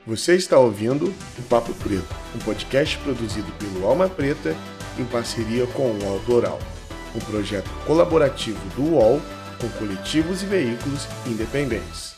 Você está ouvindo o Papo Preto, um podcast produzido pelo Alma Preta em parceria com o UOL Doral, um projeto colaborativo do UOL com coletivos e veículos independentes.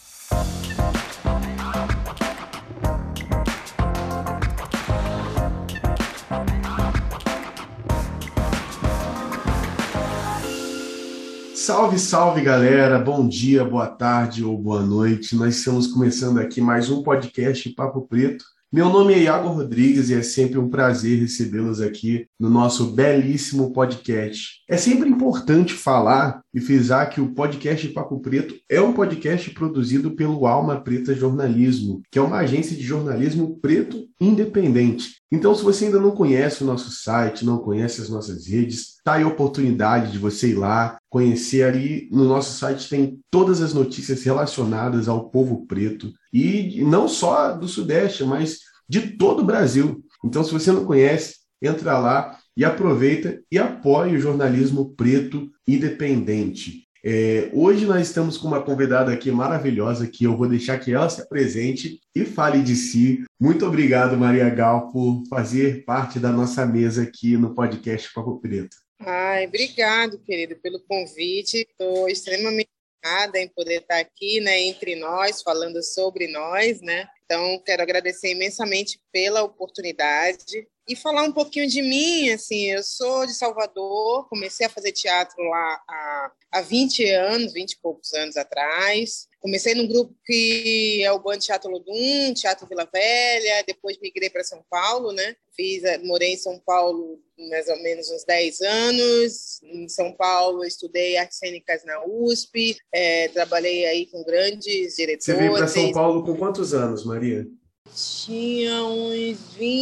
Salve, salve galera, bom dia, boa tarde ou boa noite. Nós estamos começando aqui mais um podcast Papo Preto. Meu nome é Iago Rodrigues e é sempre um prazer recebê-los aqui no nosso belíssimo podcast. É sempre importante falar e frisar que o podcast Papo Preto é um podcast produzido pelo Alma Preta Jornalismo, que é uma agência de jornalismo preto independente. Então, se você ainda não conhece o nosso site, não conhece as nossas redes, tá aí a oportunidade de você ir lá, conhecer ali. No nosso site tem todas as notícias relacionadas ao povo preto, e não só do Sudeste, mas de todo o Brasil. Então, se você não conhece, entra lá e aproveita e apoie o jornalismo preto independente. Hoje nós estamos com uma convidada aqui maravilhosa, que eu vou deixar que ela se apresente e fale de si. Muito obrigado, Maria Gal, por fazer parte da nossa mesa aqui no podcast Papo Preto. Ai, obrigado, querido, pelo convite. Estou extremamente honrada em poder estar aqui, né, entre nós, falando sobre nós, né? Então, quero agradecer imensamente pela oportunidade e falar um pouquinho de mim. Assim, eu sou de Salvador, comecei a fazer teatro lá há 20 anos, 20 e poucos anos atrás. Comecei num grupo que é o Band Teatro Lodum, Teatro Vila Velha, depois migrei para São Paulo, né? Morei em São Paulo mais ou menos uns 10 anos. Em São Paulo, estudei artes cênicas na USP, trabalhei aí com grandes diretores. Você veio para São Paulo com quantos anos, Maria? Tinha uns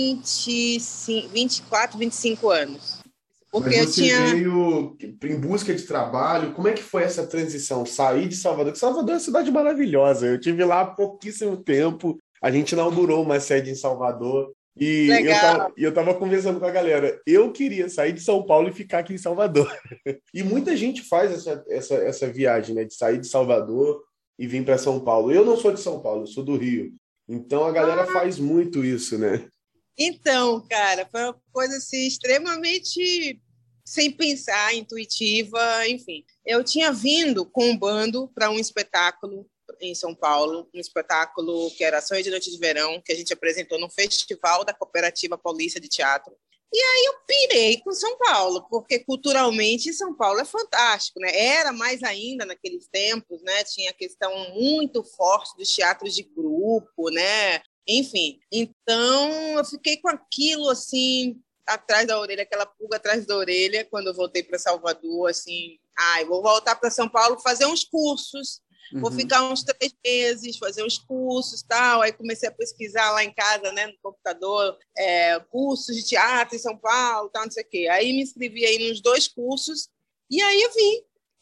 25, 24, 25 anos. Porque mas você veio em busca de trabalho. Como é que foi essa transição? Sair de Salvador, que Salvador é uma cidade maravilhosa. Eu estive lá há pouquíssimo tempo. A gente inaugurou uma sede em Salvador. E eu tava conversando com a galera. Eu queria sair de São Paulo e ficar aqui em Salvador. E muita gente faz essa viagem, né? De sair de Salvador e vir para São Paulo. Eu não sou de São Paulo, eu sou do Rio. Então a galera faz muito isso, né? Então, cara, foi uma coisa assim, extremamente sem pensar, intuitiva, enfim. Eu tinha vindo com um bando para um espetáculo em São Paulo, um espetáculo que era Sonho de Noite de Verão, que a gente apresentou no Festival da Cooperativa Paulista de Teatro. E aí eu pirei com São Paulo, porque culturalmente São Paulo é fantástico, né? Era mais ainda naqueles tempos, né? Tinha a questão muito forte dos teatros de grupo, né? Enfim, então eu fiquei com aquilo assim atrás da orelha, aquela pulga atrás da orelha, quando eu voltei para Salvador, assim, vou voltar para São Paulo fazer uns cursos. Vou ficar uns 3 meses, fazer uns cursos, tal. Aí comecei a pesquisar lá em casa, né, no computador, cursos de teatro em São Paulo, tal, não sei o quê. Aí me inscrevi aí nos 2 cursos e aí eu vim.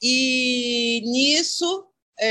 E nisso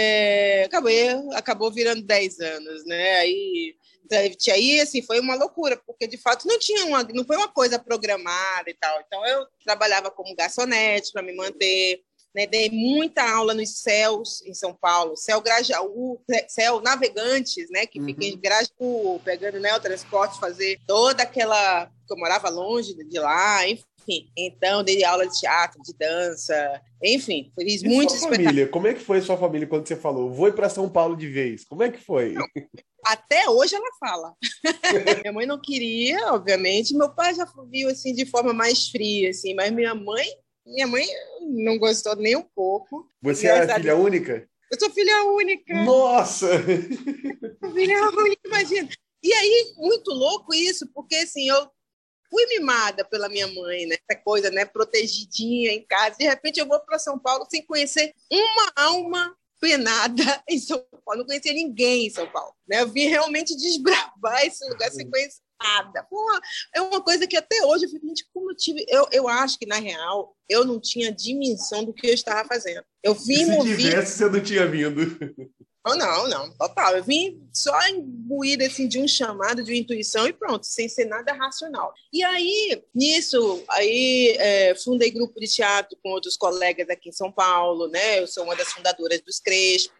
acabou virando 10 anos, né? Aí assim, foi uma loucura, porque de fato não foi uma coisa programada e tal. Então eu trabalhava como garçonete para me manter. Né, dei muita aula nos CELs em São Paulo, CEL Grajaú, CEL Navegantes, né, que fica em Grajaú, pegando, né, o transporte, fazer toda aquela... Eu morava longe de lá, enfim. Então, dei aula de teatro, de dança, enfim, fiz muitos espetáculos. Como é que foi a sua família quando você falou, vou ir para São Paulo de vez? Como é que foi? Não, até hoje ela fala. Minha mãe não queria, obviamente, meu pai já viu assim, de forma mais fria, assim, mas minha mãe não gostou nem um pouco. Você é a filha única? Eu sou filha única. Nossa! Filha única, imagina. E aí, muito louco isso, porque assim, eu fui mimada pela minha mãe, né? Essa coisa, né? Protegidinha em casa. De repente, eu vou para São Paulo sem conhecer uma alma penada em São Paulo. Não conhecia ninguém em São Paulo. Né? Eu vim realmente desbravar esse lugar sem conhecer nada. Pô, é uma coisa que até hoje eu fico, gente, como eu tive... Eu acho que, na real, eu não tinha dimensão do que eu estava fazendo. Eu vim se tivesse, você não tinha vindo. Não, total. Eu vim só imbuída assim, de um chamado, de uma intuição e pronto, sem ser nada racional. E aí, nisso, fundei grupo de teatro com outros colegas aqui em São Paulo, né? Eu sou uma das fundadoras dos Crespos.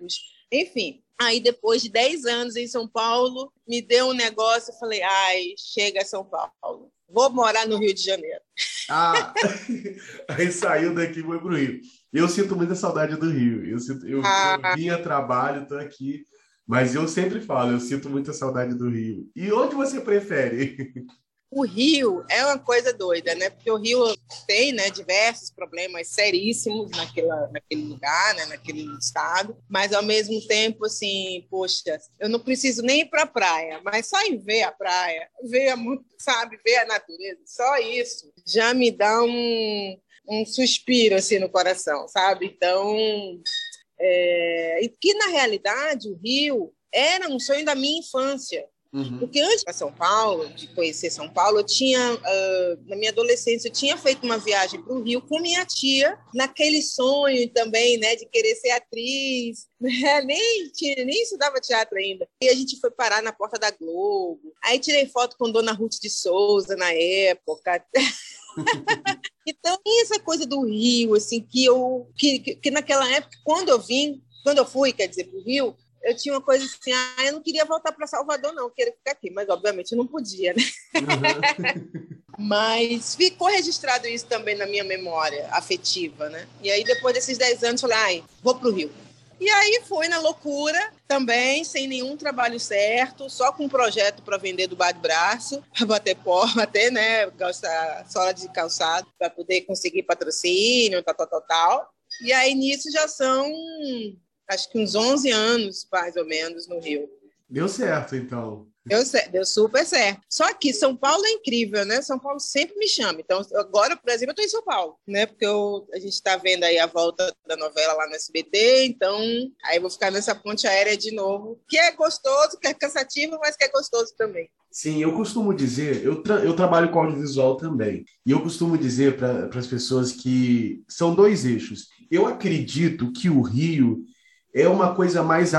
Enfim, aí depois de 10 anos em São Paulo, me deu um negócio, eu falei, ai, chega São Paulo, vou morar no Rio de Janeiro. Ah, aí saiu daqui e foi pro Rio. Eu sinto muita saudade do Rio. Eu vim a trabalho, estou aqui, mas eu sempre falo, eu sinto muita saudade do Rio. E onde você prefere? O Rio é uma coisa doida, né? Porque o Rio tem, né, diversos problemas seríssimos naquele lugar, né, naquele estado, mas ao mesmo tempo, assim, poxa, eu não preciso nem ir para a praia, mas só em ver a praia, sabe, ver a natureza, só isso já me dá um suspiro assim no coração, sabe? Então, e que na realidade o Rio era um sonho da minha infância. Uhum. Porque antes de São Paulo, de conhecer São Paulo, eu tinha, na minha adolescência, eu tinha feito uma viagem para o Rio com minha tia, naquele sonho também, né, de querer ser atriz, né? Nem estudava teatro ainda. E a gente foi parar na porta da Globo. Aí tirei foto com Dona Ruth de Souza na época. Então, tem essa coisa do Rio, assim, que naquela época, quando eu fui, quer dizer, para o Rio, eu tinha uma coisa assim, eu não queria voltar para Salvador, não, eu queria ficar aqui, mas obviamente eu não podia, né? Uhum. Mas ficou registrado isso também na minha memória afetiva, né? E aí, depois desses 10 anos, eu falei, vou para o Rio. E aí fui na loucura, também, sem nenhum trabalho certo, só com um projeto para vender do bar de braço, para bater, né, sola de calçado, para poder conseguir patrocínio, tal. E aí, nisso, já são, acho que uns 11 anos, mais ou menos, no Rio. Deu certo, então. Deu super certo. Só que São Paulo é incrível, né? São Paulo sempre me chama. Então, agora, por exemplo, eu estou em São Paulo, né? Porque a gente está vendo aí a volta da novela lá no SBT, então aí eu vou ficar nessa ponte aérea de novo, que é gostoso, que é cansativo, mas que é gostoso também. Sim, eu costumo dizer, eu trabalho com audiovisual também, e eu costumo dizer para as pessoas que são dois eixos. Eu acredito que o Rio é uma coisa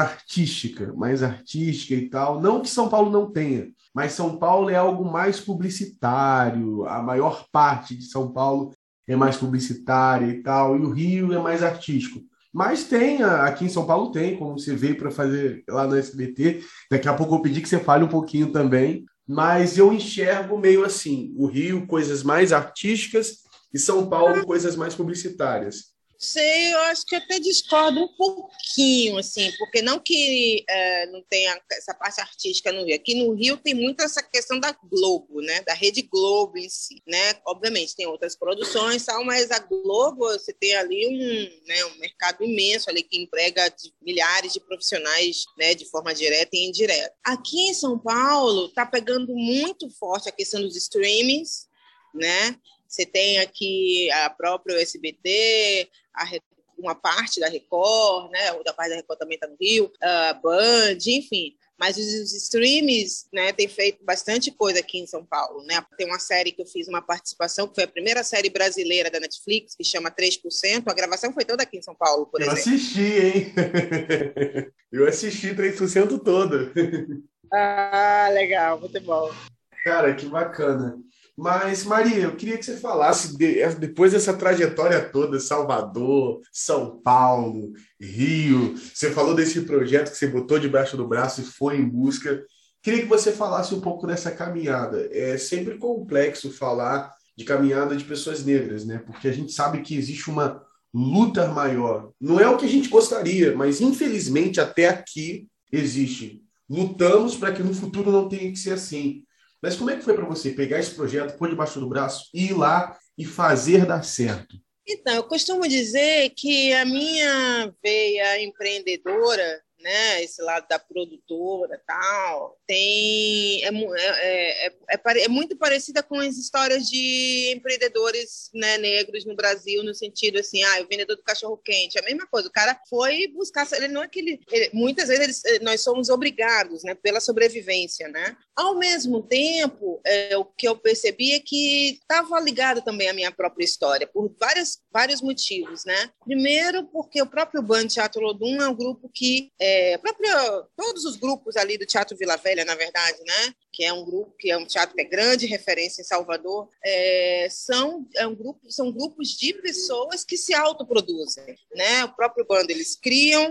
mais artística e tal. Não que São Paulo não tenha, mas São Paulo é algo mais publicitário. A maior parte de São Paulo é mais publicitária e tal, e o Rio é mais artístico. Mas aqui em São Paulo tem, como você veio para fazer lá no SBT. Daqui a pouco eu pedi que você fale um pouquinho também, mas eu enxergo meio assim, o Rio, coisas mais artísticas, e São Paulo, coisas mais publicitárias. Sei, eu acho que até discordo um pouquinho, assim, porque não que não tenha essa parte artística no Rio. Aqui no Rio tem muito essa questão da Globo, né? Da Rede Globo em si, né? Obviamente tem outras produções, tal, mas a Globo, você tem ali um mercado imenso ali que emprega milhares de profissionais, né? De forma direta e indireta. Aqui em São Paulo está pegando muito forte a questão dos streamings, né? Você tem aqui a própria SBT, uma parte da Record, né? Da parte da Record também está no Rio, a Band, enfim. Mas os streams, né, têm feito bastante coisa aqui em São Paulo, né? Tem uma série que eu fiz uma participação, que foi a primeira série brasileira da Netflix, que chama 3%. A gravação foi toda aqui em São Paulo, por exemplo. Eu assisti, hein? Eu assisti 3% todo. Ah, legal, muito bom. Cara, que bacana. Mas, Maria, eu queria que você falasse, depois dessa trajetória toda, Salvador, São Paulo, Rio, você falou desse projeto que você botou debaixo do braço e foi em busca. Queria que você falasse um pouco dessa caminhada. É sempre complexo falar de caminhada de pessoas negras, né? Porque a gente sabe que existe uma luta maior. Não é o que a gente gostaria, mas infelizmente até aqui existe. Lutamos para que no futuro não tenha que ser assim. Mas como é que foi para você pegar esse projeto, pôr debaixo do braço, ir lá e fazer dar certo? Então, eu costumo dizer que a minha veia empreendedora, né, esse lado da produtora tal, é muito parecida com as histórias de empreendedores, né, negros no Brasil, no sentido assim, o vendedor do cachorro-quente, é a mesma coisa, o cara foi buscar, ele não é muitas vezes nós somos obrigados, né, pela sobrevivência, né? Ao mesmo tempo, o que eu percebi é que estava ligado também à minha própria história, por vários motivos, né? Primeiro, porque o próprio Band Teatro Olodum é um grupo que todos os grupos ali do Teatro Vila Velha, na verdade, né? Que é um teatro que é grande referência em Salvador, são grupos de pessoas que se autoproduzem, né? O próprio Band, eles criam,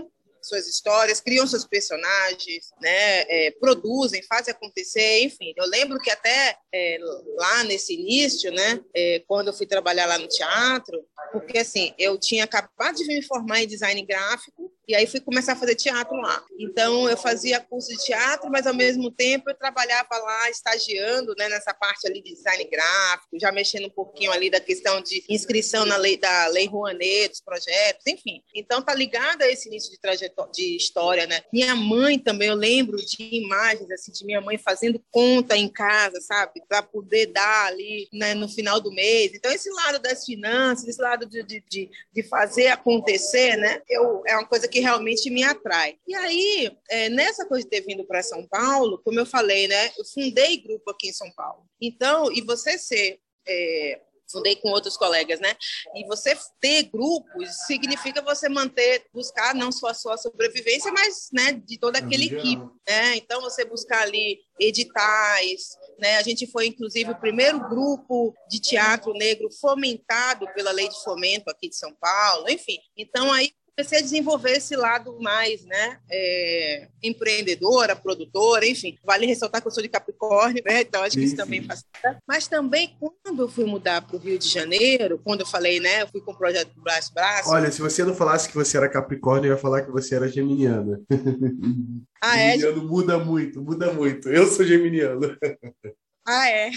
suas histórias, criam seus personagens, né? Produzem, fazem acontecer, enfim. Eu lembro que até lá nesse início, né? Quando eu fui trabalhar lá no teatro, porque assim, eu tinha acabado de me formar em design gráfico e aí fui começar a fazer teatro lá. Então, eu fazia curso de teatro, mas ao mesmo tempo eu trabalhava lá estagiando, né, nessa parte ali de design gráfico, já mexendo um pouquinho ali da questão de inscrição da Lei Rouanet, dos projetos, enfim. Então, tá ligado a esse início de história, né? Minha mãe também, eu lembro de imagens assim, de minha mãe fazendo conta em casa, sabe? Para poder dar ali, né, no final do mês. Então, esse lado das finanças, esse lado de fazer acontecer, né? É uma coisa que realmente me atrai. E aí, nessa coisa de ter vindo para São Paulo, como eu falei, né? Eu fundei grupo aqui em São Paulo. Então, e você fundei com outros colegas, né? E você ter grupos significa você buscar não só a sua sobrevivência, mas, né, de toda aquela equipe, né? Então, você buscar ali editais, né? A gente foi, inclusive, o primeiro grupo de teatro negro fomentado pela Lei de Fomento aqui de São Paulo, enfim. Então, aí comecei a desenvolver esse lado mais, né, empreendedora, produtora, enfim. Vale ressaltar que eu sou de Capricórnio, né, então acho que isso também facilita. Mas também, quando eu fui mudar para o Rio de Janeiro, quando eu falei, né, eu fui com o projeto do Braço. Olha, se você não falasse que você era Capricórnio, eu ia falar que você era geminiana. Geminiano muda muito, muda muito. Eu sou geminiano. Ah, é?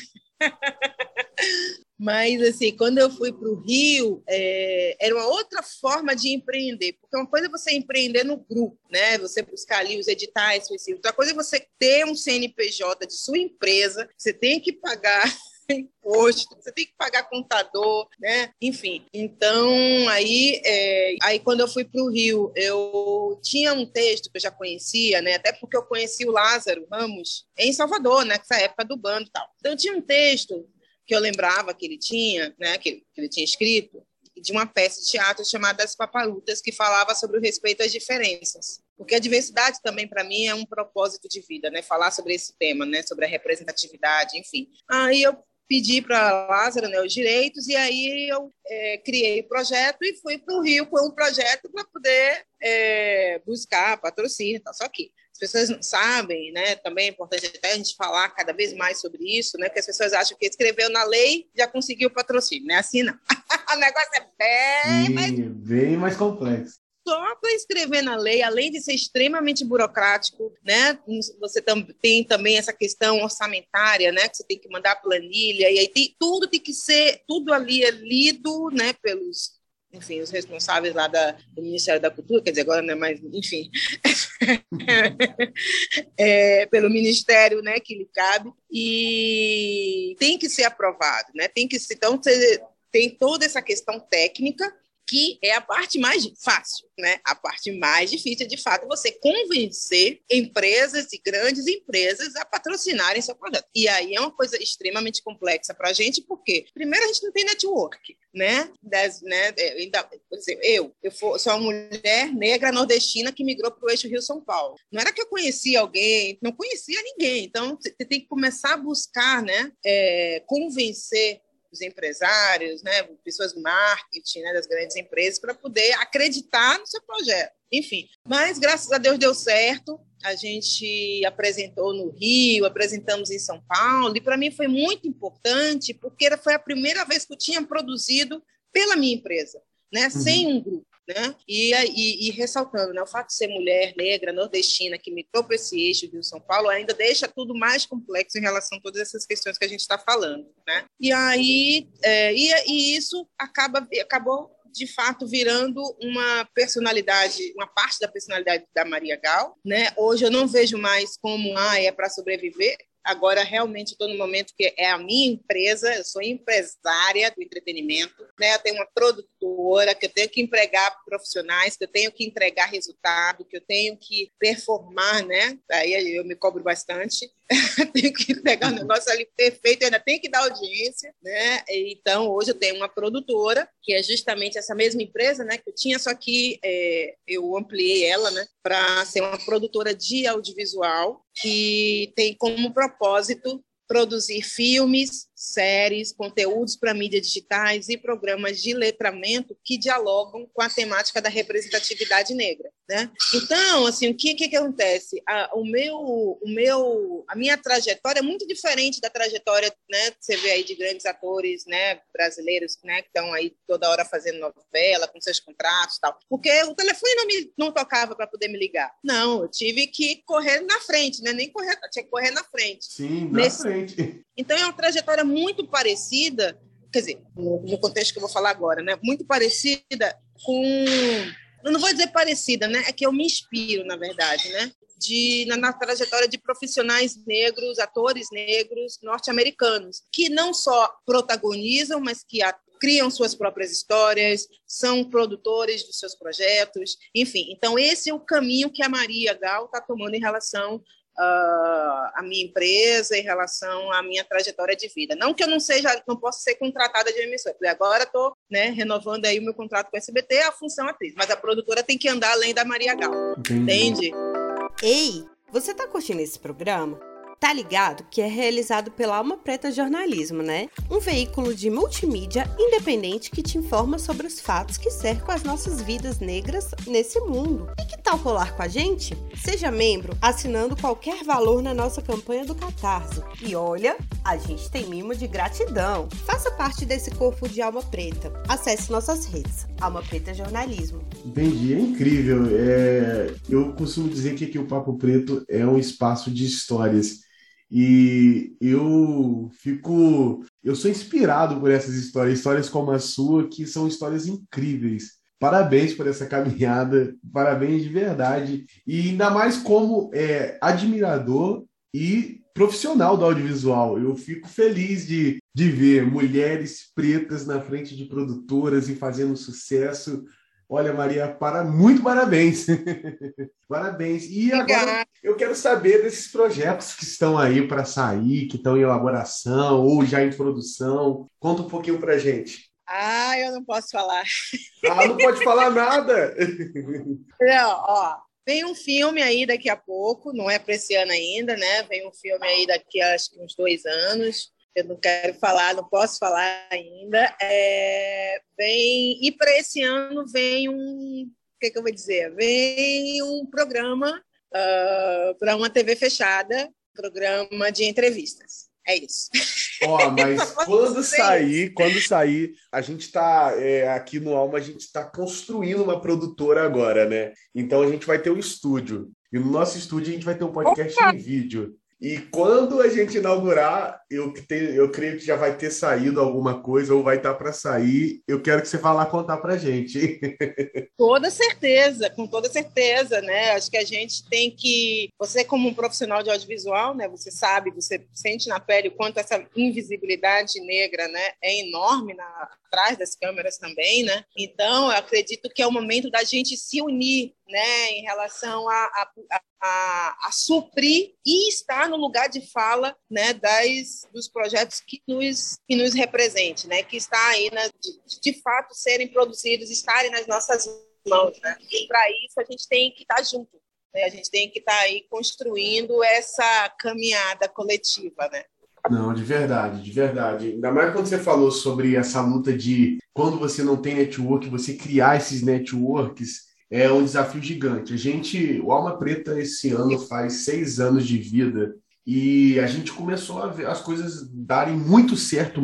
Mas, assim, quando eu fui para o Rio, era uma outra forma de empreender, porque uma coisa é você empreender no grupo, né? Você buscar ali os editais, outra coisa é você ter um CNPJ de sua empresa, você tem que pagar imposto, você tem que pagar contador, né? Enfim, então aí quando eu fui para o Rio, eu tinha um texto que eu já conhecia, né? Até porque eu conheci o Lázaro Ramos em Salvador, né? Nessa época do bando e tal. Então eu tinha um texto que eu lembrava que ele tinha, né, que ele tinha escrito, de uma peça de teatro chamada As Paparutas, que falava sobre o respeito às diferenças. Porque a diversidade também, para mim, é um propósito de vida, né? Falar sobre esse tema, né? Sobre a representatividade, enfim. Aí eu pedi para Lázaro, né, os direitos, e aí eu criei o projeto e fui para o Rio com um projeto para poder buscar patrocínio e tal. Só que as pessoas não sabem, né? Também é importante até a gente falar cada vez mais sobre isso, né? Porque as pessoas acham que escreveu na lei já conseguiu o patrocínio, né? Assim não. O negócio é bem mais complexo. Só para escrever na lei, além de ser extremamente burocrático, né? Você tem também essa questão orçamentária, né? Que você tem que mandar planilha, e aí tudo tem que ser, tudo ali é lido, né? Pelos, enfim, os responsáveis lá do Ministério da Cultura, quer dizer, agora não é mais, enfim, pelo Ministério, né, que lhe cabe, e tem que ser aprovado, né, então tem toda essa questão técnica, que é a parte mais fácil, né? A parte mais difícil, de fato, é você convencer empresas e grandes empresas a patrocinarem seu projeto. E aí é uma coisa extremamente complexa para a gente, porque, primeiro, a gente não tem network, né? Por exemplo, eu sou uma mulher negra nordestina que migrou para o eixo Rio-São Paulo. Não era que eu conhecia alguém, não conhecia ninguém. Então, você tem que começar a buscar, né? Convencer os empresários, né, pessoas do marketing, né, das grandes empresas, para poder acreditar no seu projeto. Enfim, mas graças a Deus deu certo. A gente apresentou no Rio, apresentamos em São Paulo, e para mim foi muito importante, porque foi a primeira vez que eu tinha produzido pela minha empresa, né, sem um grupo. Né? E ressaltando, né, o fato de ser mulher, negra, nordestina, que migrou para esse eixo Rio-São Paulo, ainda deixa tudo mais complexo em relação a todas essas questões que a gente está falando. Né? E aí, isso acabou, de fato, virando uma personalidade, uma parte da personalidade da Maria Gal. Né? Hoje eu não vejo mais como é para sobreviver. Agora, realmente, estou no momento que é a minha empresa, eu sou empresária do entretenimento, né? Eu tenho uma produtora, que eu tenho que empregar profissionais, que eu tenho que entregar resultado, que eu tenho que performar, né? Aí eu me cobro bastante, tenho que entregar um negócio ali perfeito, ainda tenho que dar audiência, né? Então, hoje eu tenho uma produtora, que é justamente essa mesma empresa, né? Que eu tinha, só que eu ampliei ela, né? Para ser uma produtora de audiovisual, que tem como propósito produzir filmes, séries, conteúdos para mídias digitais e programas de letramento que dialogam com a temática da representatividade negra. né? Então, assim, o que acontece? A minha trajetória é muito diferente da trajetória, né, que você vê aí de grandes atores, né, brasileiros, né, que estão aí toda hora fazendo novela, com seus contratos e tal. Porque o telefone não tocava para poder me ligar. Não, eu tive que correr na frente, né? Nem correr, tinha que correr na frente. Sim, na frente. Então, é uma trajetória muito parecida, quer dizer, no contexto que eu vou falar agora, né? Muito parecida com... Eu não vou dizer parecida, né? É que eu me inspiro, na verdade, né? Na trajetória de profissionais negros, atores negros norte-americanos, que não só protagonizam, mas que criam suas próprias histórias, são produtores dos seus projetos, enfim. Então, esse é o caminho que a Maria Gal está tomando em relação à minha empresa, em relação à minha trajetória de vida. Não que eu não possa ser contratada de emissora, porque agora estou, né, renovando aí o meu contrato com a SBT, a função atriz, mas a produtora tem que andar além da Maria Gal, entende? Ei, você tá curtindo esse programa? Tá ligado que é realizado pela Alma Preta Jornalismo, né? Um veículo de multimídia independente que te informa sobre os fatos que cercam as nossas vidas negras nesse mundo. E que tal colar com a gente? Seja membro assinando qualquer valor na nossa campanha do Catarse. E olha, a gente tem mimo de gratidão. Faça parte desse corpo de Alma Preta. Acesse nossas redes, Alma Preta Jornalismo. Entendi, é incrível. Eu costumo dizer que aqui o Papo Preto é um espaço de histórias. E eu sou inspirado por essas histórias como a sua, que são histórias incríveis. Parabéns por essa caminhada, parabéns de verdade. E ainda mais como admirador e profissional do audiovisual. Eu fico feliz de ver mulheres pretas na frente de produtoras e fazendo sucesso. Olha, Maria, muito parabéns. Parabéns. E agora eu quero saber desses projetos que estão aí para sair, que estão em elaboração ou já em produção. Conta um pouquinho para a gente. Eu não posso falar. Não pode falar nada? Não, ó. Vem um filme aí daqui a pouco, não é para esse ano ainda, né? Vem um filme aí daqui a acho que uns 2 anos. Eu não quero falar, não posso falar ainda. E para esse ano vem o que eu vou dizer? Vem um programa para uma TV fechada, programa de entrevistas. É isso. Mas quando sair, a gente está aqui no Alma, a gente está construindo uma produtora agora, né? Então a gente vai ter um estúdio. E no nosso estúdio a gente vai ter um podcast em vídeo. E quando a gente inaugurar, eu creio que já vai ter saído alguma coisa ou vai estar para sair. Eu quero que você vá lá contar para a gente. Com toda certeza, né? Acho que a gente tem que... Você, como um profissional de audiovisual, né? Você sabe, você sente na pele o quanto essa invisibilidade negra, né, é enorme atrás das câmeras também, né? Então, eu acredito que é o momento da gente se unir, né, em relação a suprir e estar no lugar de fala, né, dos projetos que nos representem, né, que está aí de fato serem produzidos, estarem nas nossas mãos, né? E para isso a gente tem que estar junto, né? A gente tem que estar aí construindo essa caminhada coletiva, né? Não, de verdade, de verdade. Ainda mais quando você falou sobre essa luta de quando você não tem network, você criar esses networks é um desafio gigante. O Alma Preta esse ano faz 6 anos de vida e a gente começou a ver as coisas darem muito certo,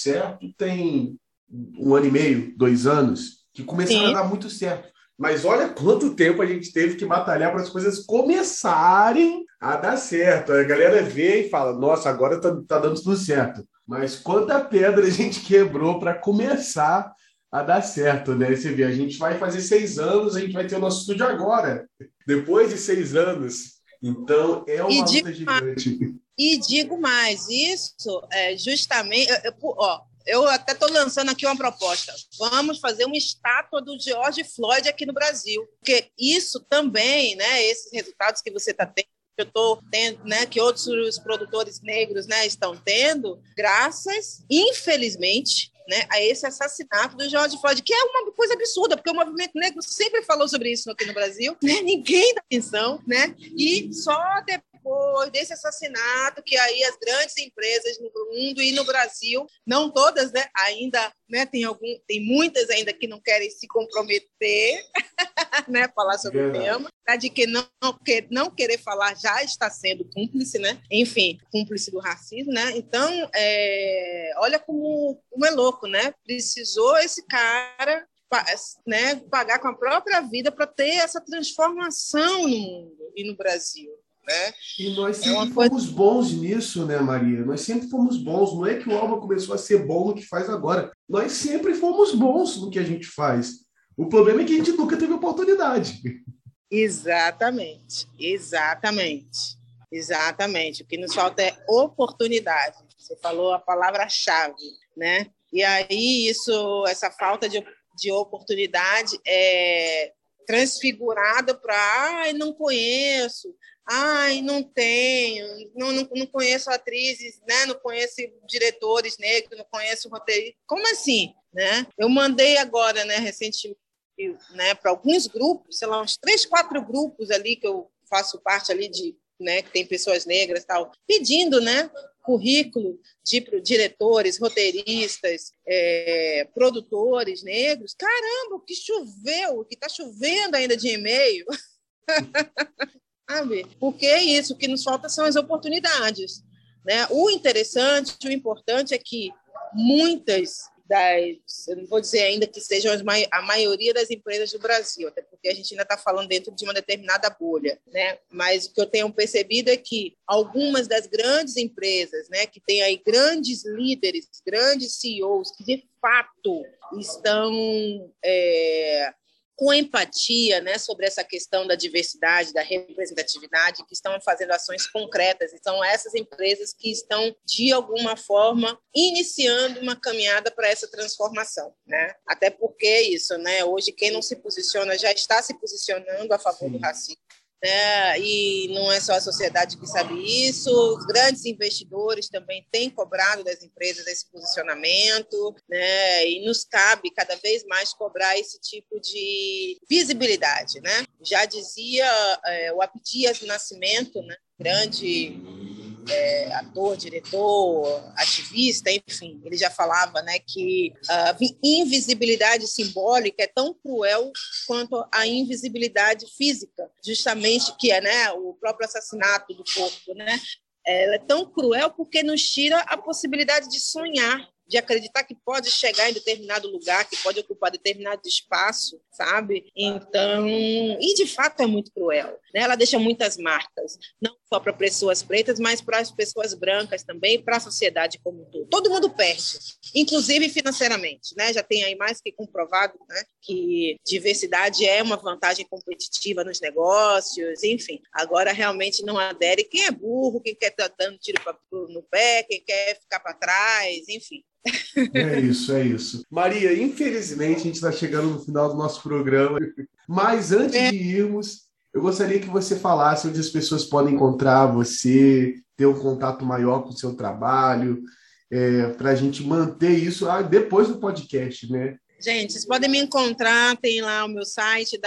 tem 1 ano e meio, 2 anos, que começaram a dar muito certo. Mas olha quanto tempo a gente teve que batalhar para as coisas começarem a dar certo. A galera vê e fala, nossa, agora tá dando tudo certo. Mas quanta pedra a gente quebrou para começar a dar certo, né? Você vê, a gente vai fazer 6 anos, a gente vai ter o nosso estúdio agora, depois de 6 anos. Então, é uma luta gigante. E digo mais, isso é justamente... Eu até estou lançando aqui uma proposta. Vamos fazer uma estátua do George Floyd aqui no Brasil. Porque isso também, né, esses resultados que você está tendo, que eu estou tendo, né, que outros produtores negros, né, estão tendo, graças, infelizmente, né, a esse assassinato do George Floyd, que é uma coisa absurda, porque o movimento negro sempre falou sobre isso aqui no Brasil, né, ninguém dá atenção, né, e só depois depois desse assassinato, que aí as grandes empresas no mundo e no Brasil, não todas, né, ainda, né, tem muitas ainda que não querem se comprometer, né, falar sobre o tema, de que não querer falar já está sendo cúmplice, né? Enfim, cúmplice do racismo, né? Então, olha como é louco, né? Precisou esse cara, né, pagar com a própria vida para ter essa transformação no mundo e no Brasil. Né? E nós sempre fomos bons nisso, né, Maria? Nós sempre fomos bons. Não é que o Alba começou a ser bom no que faz agora. Nós sempre fomos bons no que a gente faz. O problema é que a gente nunca teve oportunidade. Exatamente. O que nos falta é oportunidade. Você falou a palavra-chave, né? E aí essa falta de oportunidade é transfigurada para não conheço, não tenho, não conheço atrizes, né? Não conheço diretores negros, não conheço roteiristas. Como assim? Né? Eu mandei agora, né, recentemente, né, para alguns grupos, sei lá, uns 3, 4 grupos ali que eu faço parte ali né, que tem pessoas negras e tal, pedindo, né, currículo de diretores, roteiristas, produtores negros. Caramba, que choveu, que está chovendo ainda de e-mail. Sabe? Porque é isso, o que nos falta são as oportunidades. Né? O importante é que muitas eu não vou dizer ainda que sejam a maioria das empresas do Brasil, até porque a gente ainda está falando dentro de uma determinada bolha, né? Mas o que eu tenho percebido é que algumas das grandes empresas, né, que têm aí grandes líderes, grandes CEOs, que de fato estão com empatia, né, sobre essa questão da diversidade, da representatividade, que estão fazendo ações concretas. E são essas empresas que estão, de alguma forma, iniciando uma caminhada para essa transformação. Né? Até porque é isso, né? Hoje, quem não se posiciona já está se posicionando a favor do racismo. Né? E não é só a sociedade que sabe isso, os grandes investidores também têm cobrado das empresas esse posicionamento, né? E nos cabe cada vez mais cobrar esse tipo de visibilidade. Né? Já dizia o Abdias Nascimento, né? Grande ator, diretor, ativista, enfim, ele já falava, né, que a invisibilidade simbólica é tão cruel quanto a invisibilidade física, justamente que é, né, o próprio assassinato do corpo, né? Ela é tão cruel porque nos tira a possibilidade de sonhar, de acreditar que pode chegar em determinado lugar, que pode ocupar determinado espaço, sabe? Então, e de fato é muito cruel, né? Ela deixa muitas marcas, não só para pessoas pretas, mas para as pessoas brancas também, para a sociedade como um todo. Todo mundo perde, inclusive financeiramente, né? Já tem aí mais que comprovado, né, que diversidade é uma vantagem competitiva nos negócios, enfim. Agora realmente não adere quem é burro, quem quer estar dando tiro no pé, quem quer ficar para trás, enfim. É isso. Maria, infelizmente a gente está chegando no final do nosso programa, mas antes de irmos, eu gostaria que você falasse onde as pessoas podem encontrar você, ter um contato maior com o seu trabalho, para a gente manter isso depois do podcast, né? Gente, vocês podem me encontrar, tem lá o meu site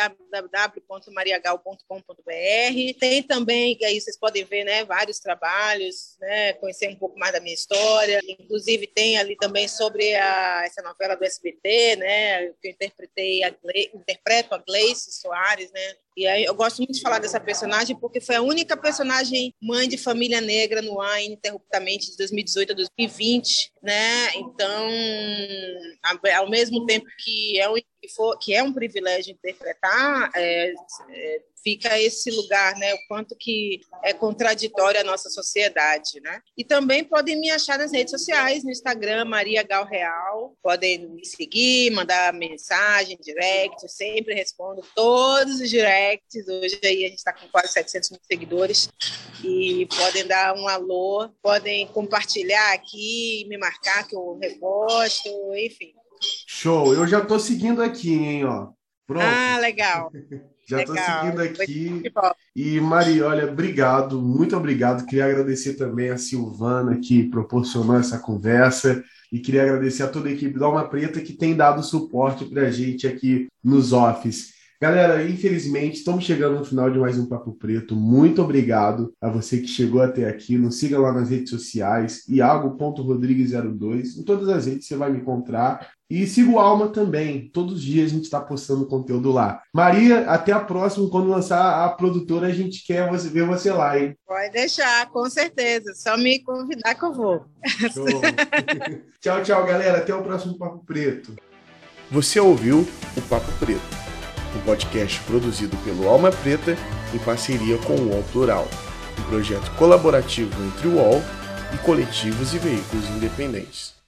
www.mariagal.com.br. Tem também, que aí vocês podem ver, né, vários trabalhos, né, conhecer um pouco mais da minha história. Inclusive tem ali também sobre essa novela do SBT, né, que eu interpreto a Gleice Soares, né. E aí eu gosto muito de falar dessa personagem porque foi a única personagem mãe de família negra no ar ininterruptamente de 2018 a 2020, né? Então, ao mesmo tempo que é um privilégio interpretar, fica esse lugar, né? O quanto que é contraditória a nossa sociedade, né? E também podem me achar nas redes sociais, no Instagram, Maria Gal Real. Podem me seguir, mandar mensagem, direct. Eu sempre respondo todos os directs. Hoje aí a gente está com quase 700 mil seguidores. E podem dar um alô, podem compartilhar aqui, me marcar que eu reposto, enfim. Show! Eu já estou seguindo aqui, hein? Ó. Pronto. Legal. Já estou seguindo aqui. E, Maria, olha, obrigado, muito obrigado. Queria agradecer também a Silvana, que proporcionou essa conversa, e queria agradecer a toda a equipe da Alma Preta que tem dado suporte para a gente aqui nos offs. Galera, infelizmente, estamos chegando no final de mais um Papo Preto. Muito obrigado a você que chegou até aqui. Nos siga lá nas redes sociais, iago.rodrigues02. Em todas as redes você vai me encontrar. E siga o Alma também. Todos os dias a gente está postando conteúdo lá. Maria, até a próxima. Quando lançar a produtora, a gente quer ver você lá, hein? Pode deixar, com certeza. Só me convidar que eu vou. Show. Tchau, tchau, galera. Até o próximo Papo Preto. Você ouviu o Papo Preto, um podcast produzido pelo Alma Preta em parceria com o UOL Plural, um projeto colaborativo entre o UOL e coletivos e veículos independentes.